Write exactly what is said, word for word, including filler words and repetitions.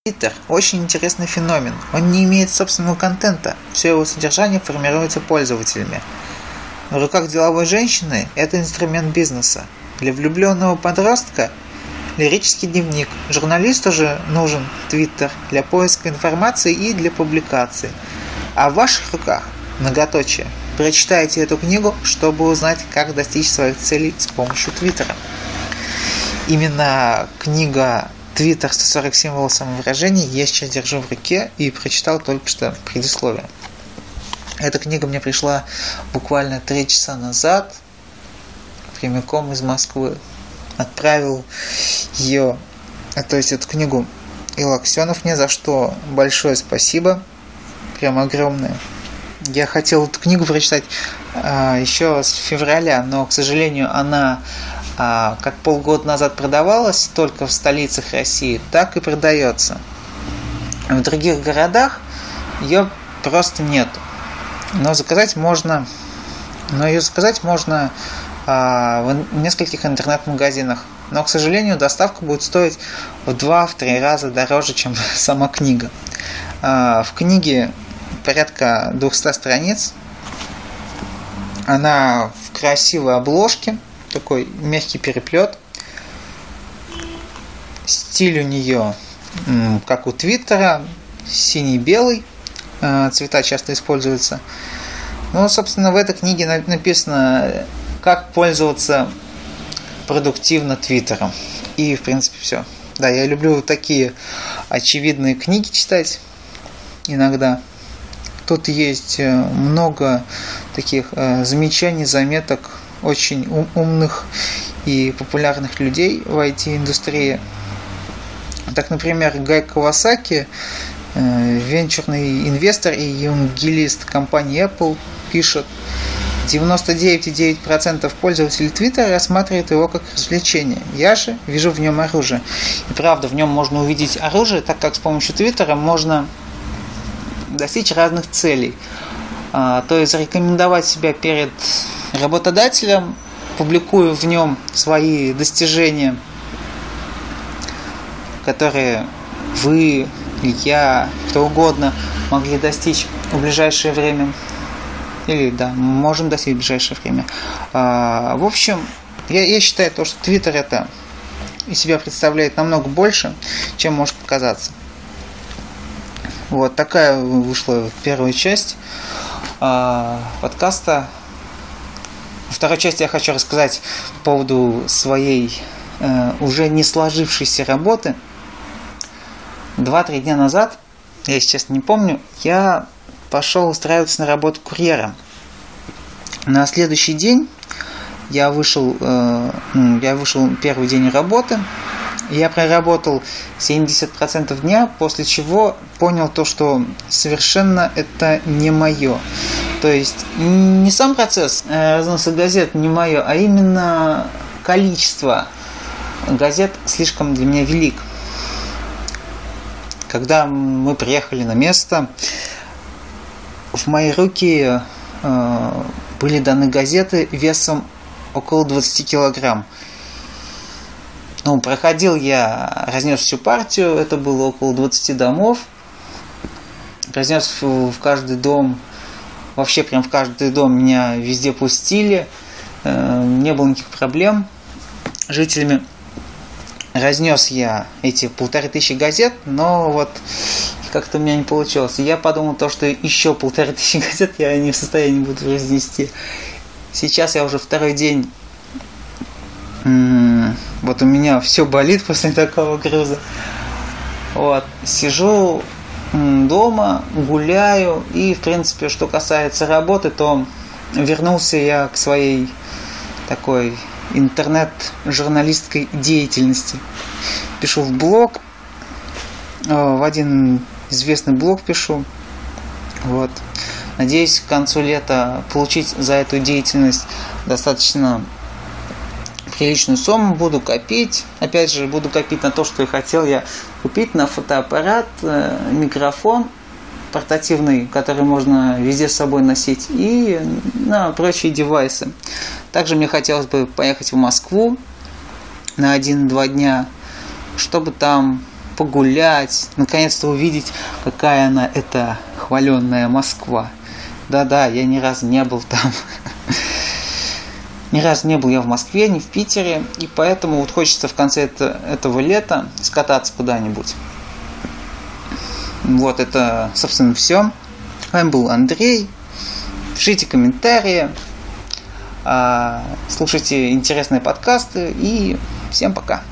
Твиттер – очень интересный феномен. Он не имеет собственного контента, все его содержание формируется пользователями. В руках деловой женщины это инструмент бизнеса. Для влюбленного подростка – лирический дневник. Журналисту же нужен Твиттер для поиска информации и для публикаций. А в ваших руках – многоточие. Прочитайте эту книгу, чтобы узнать, как достичь своих целей с помощью Твиттера. Именно книга «Твиттер. сто сорок символов самовыражения» я сейчас держу в руке и прочитал только что предисловие. Эта книга мне пришла буквально три часа назад, прямиком из Москвы. Отправил ее, то есть эту книгу, Ил Аксенов, мне за что большое спасибо, прям огромное. Я хотел эту книгу прочитать а, еще с февраля, но, к сожалению, она а, как полгода назад продавалась только в столицах России, так и продается. В других городах ее просто нет. Но заказать можно, но ее заказать можно а, в нескольких интернет-магазинах. Но, к сожалению, доставка будет стоить в два-три раза дороже, чем сама книга. А, в книге порядка двухсот страниц. Она в красивой обложке, такой мягкий переплет. Стиль у нее, как у Твиттера, синий-белый. Цвета часто используются. Ну, собственно, в этой книге написано, как пользоваться продуктивно Твиттером. И, в принципе, все. Да, я люблю такие очевидные книги читать иногда. Тут есть много таких э, замечаний, заметок очень ум- умных и популярных людей в ай ти-индустрии. Так, например, Гай Кавасаки, э, венчурный инвестор и евангелист компании Apple, пишет: девяносто девять целых девять десятых процента пользователей Твиттера рассматривают его как развлечение. Я же вижу в нем оружие. И правда, в нем можно увидеть оружие, так как с помощью Твиттера можно достичь разных целей. А, то есть рекомендовать себя перед работодателем, публикуя в нем свои достижения, которые вы, я, кто угодно могли достичь в ближайшее время. Или, да, можем достичь в ближайшее время. А, в общем, я, я считаю, то, что Твиттер это из себя представляет намного больше, чем может показаться. Вот такая вышла первая часть э, подкаста. Во второй части я хочу рассказать по поводу своей э, уже не сложившейся работы. Два-три дня назад, я сейчас не помню, я пошел устраиваться на работу курьером. На следующий день я вышел, э, я вышел первый день работы. Я проработал семьдесят процентов дня, после чего понял то, что совершенно это не мое. То есть не сам процесс разноса газет не мое, а именно количество газет слишком для меня велик. Когда мы приехали на место, в мои руки э, были даны газеты весом около двадцать килограмм. Ну, проходил я, разнес всю партию, это было около двадцати домов. Разнес в каждый дом, вообще прям в каждый дом меня везде пустили. Не было никаких проблем с жителями. Разнес я эти полторы тысячи газет, но вот как-то у меня не получилось. И я подумал, то, что еще полторы тысячи газет я не в состоянии буду разнести. Сейчас я уже второй день... Вот у меня все болит после такого груза. Вот. Сижу дома, гуляю. И, в принципе, что касается работы, то вернулся я к своей такой интернет-журналистской деятельности. Пишу в блог. В один известный блог пишу. Вот. Надеюсь, к концу лета получить за эту деятельность достаточно приличную сумму, буду копить. Опять же, буду копить на то, что я хотел я купить, на фотоаппарат, микрофон портативный, который можно везде с собой носить, и на прочие девайсы. Также мне хотелось бы поехать в Москву на один-два дня, чтобы там погулять, наконец-то увидеть, какая она, эта хваленная Москва. Да-да, я ни разу не был там. Ни разу не был я в Москве, ни в Питере, и поэтому вот хочется в конце это, этого лета скататься куда-нибудь. Вот это, собственно, все. С вами был Андрей. Пишите комментарии, слушайте интересные подкасты и всем пока.